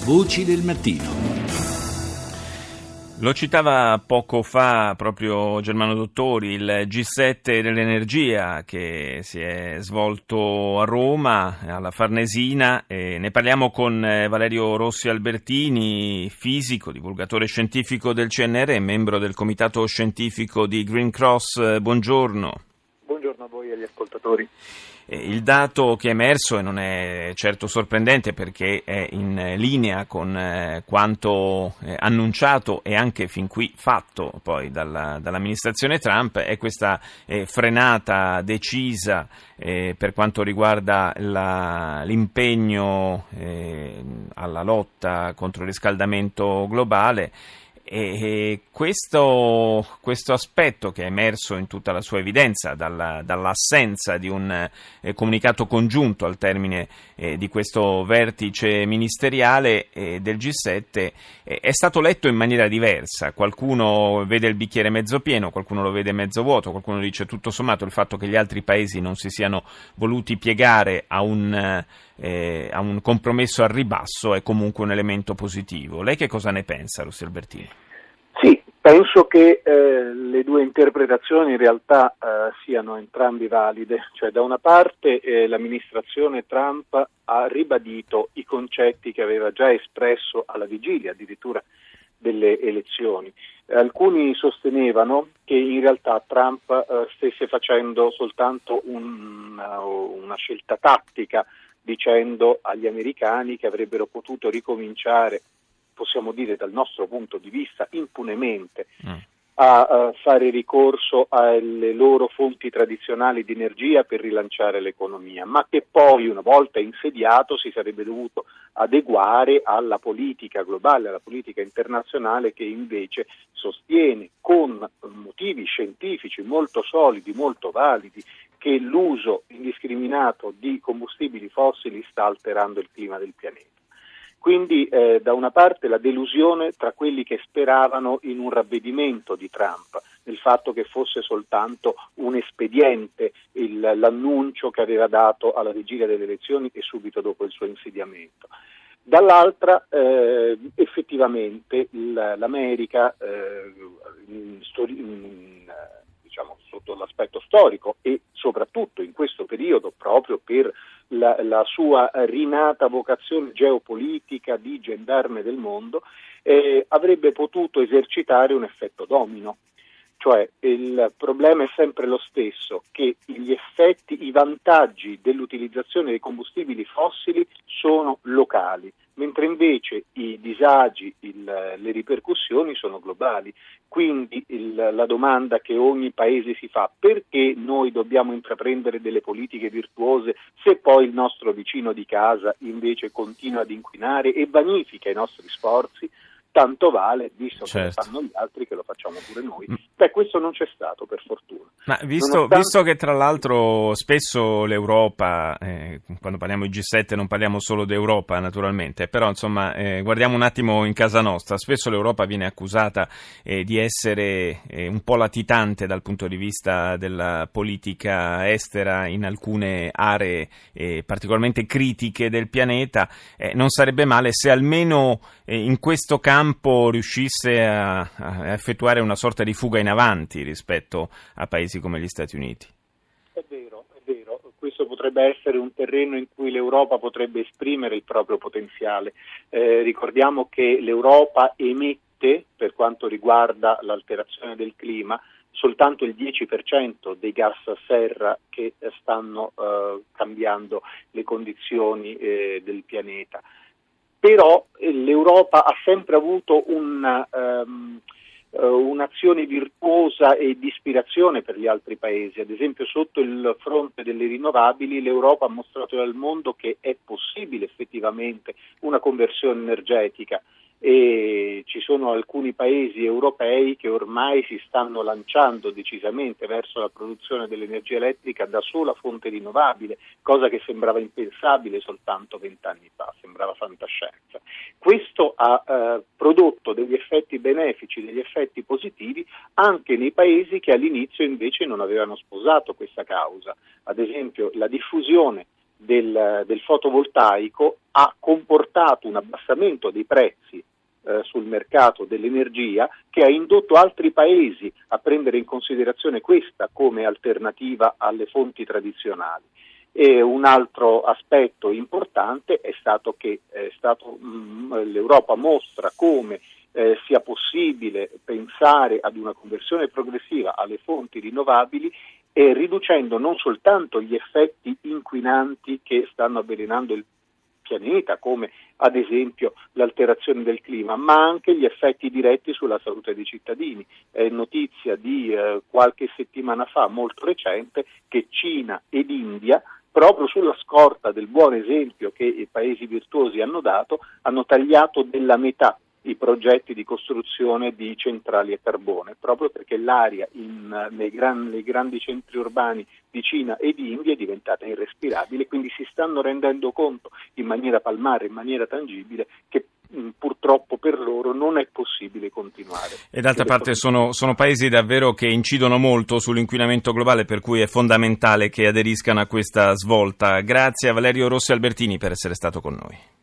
Voci del mattino. Lo citava poco fa proprio Germano Dottori, il G7 dell'energia che si è svolto a Roma, alla Farnesina. Ne parliamo con Valerio Rossi Albertini, fisico, divulgatore scientifico del CNR e membro del comitato scientifico di Green Cross. Buongiorno. Buongiorno a voi e agli ascoltatori. Il dato che è emerso, e non è certo sorprendente perché è in linea con quanto annunciato e anche fin qui fatto poi dall'amministrazione Trump, è questa frenata decisa per quanto riguarda l'impegno alla lotta contro il riscaldamento globale. E questo aspetto, che è emerso in tutta la sua evidenza dall'assenza di un comunicato congiunto al termine di questo vertice ministeriale del G7, è stato letto in maniera diversa. Qualcuno vede il bicchiere mezzo pieno, qualcuno lo vede mezzo vuoto, qualcuno dice tutto sommato il fatto che gli altri paesi non si siano voluti piegare a un compromesso al ribasso è comunque un elemento positivo. Lei che cosa ne pensa, Rossi Albertini? Sì, penso che le due interpretazioni in realtà siano entrambe valide. Cioè, da una parte l'amministrazione Trump ha ribadito i concetti che aveva già espresso alla vigilia addirittura delle elezioni. Alcuni sostenevano che in realtà Trump stesse facendo soltanto una scelta tattica, dicendo agli americani che avrebbero potuto ricominciare, possiamo dire dal nostro punto di vista, impunemente a fare ricorso alle loro fonti tradizionali di energia per rilanciare l'economia, ma che poi, una volta insediato, si sarebbe dovuto adeguare alla politica globale, alla politica internazionale, che invece sostiene con motivi scientifici molto solidi, molto validi, che l'uso indiscriminato di combustibili fossili sta alterando il clima del pianeta. Quindi da una parte la delusione tra quelli che speravano in un ravvedimento di Trump, nel fatto che fosse soltanto un espediente l'annuncio che aveva dato alla vigilia delle elezioni e subito dopo il suo insediamento. Dall'altra effettivamente l'America sotto l'aspetto storico e soprattutto in questo periodo, proprio per la sua rinata vocazione geopolitica di gendarme del mondo, avrebbe potuto esercitare un effetto domino. Cioè il problema è sempre lo stesso, che i vantaggi dell'utilizzazione dei combustibili fossili sono locali, mentre invece i disagi, le ripercussioni sono globali. Quindi la domanda che ogni paese si fa: perché noi dobbiamo intraprendere delle politiche virtuose se poi il nostro vicino di casa invece continua ad inquinare e vanifica i nostri sforzi? Tanto vale, visto che lo fanno gli altri, che lo facciamo pure noi. Questo non c'è stato, per fortuna. Ma visto che tra l'altro spesso l'Europa, quando parliamo di G7 non parliamo solo d'Europa naturalmente, però insomma guardiamo un attimo in casa nostra, spesso l'Europa viene accusata di essere un po' latitante dal punto di vista della politica estera in alcune aree particolarmente critiche del pianeta. Non sarebbe male se almeno in questo campo riuscisse a effettuare una sorta di fuga in avanti rispetto a paesi come gli Stati Uniti. È vero. Questo potrebbe essere un terreno in cui l'Europa potrebbe esprimere il proprio potenziale. Ricordiamo che l'Europa emette, per quanto riguarda l'alterazione del clima, soltanto il 10% dei gas serra che stanno cambiando le condizioni del pianeta. Però l'Europa ha sempre avuto un'azione virtuosa e di ispirazione per gli altri paesi. Ad esempio, sotto il fronte delle rinnovabili, l'Europa ha mostrato al mondo che è possibile effettivamente una conversione energetica, e ci sono alcuni paesi europei che ormai si stanno lanciando decisamente verso la produzione dell'energia elettrica da sola fonte rinnovabile, cosa che sembrava impensabile soltanto 20 anni fa, sembrava fantascienza. Questo ha prodotto degli effetti benefici, degli effetti positivi anche nei paesi che all'inizio invece non avevano sposato questa causa. Ad esempio, la diffusione del fotovoltaico ha comportato un abbassamento dei prezzi sul mercato dell'energia, che ha indotto altri paesi a prendere in considerazione questa come alternativa alle fonti tradizionali. E un altro aspetto importante è stato che l'Europa mostra come sia possibile pensare ad una conversione progressiva alle fonti rinnovabili, riducendo non soltanto gli effetti inquinanti che stanno avvelenando il pianeta, come ad esempio l'alterazione del clima, ma anche gli effetti diretti sulla salute dei cittadini. È notizia di qualche settimana fa, molto recente, che Cina ed India, proprio sulla scorta del buon esempio che i paesi virtuosi hanno dato, hanno tagliato della metà i progetti di costruzione di centrali a carbone, proprio perché l'aria nei grandi centri urbani di Cina e di India è diventata irrespirabile, quindi si stanno rendendo conto in maniera palmare, in maniera tangibile, che purtroppo per loro non è possibile continuare. E d'altra parte sono paesi davvero che incidono molto sull'inquinamento globale, per cui è fondamentale che aderiscano a questa svolta. Grazie a Valerio Rossi Albertini per essere stato con noi.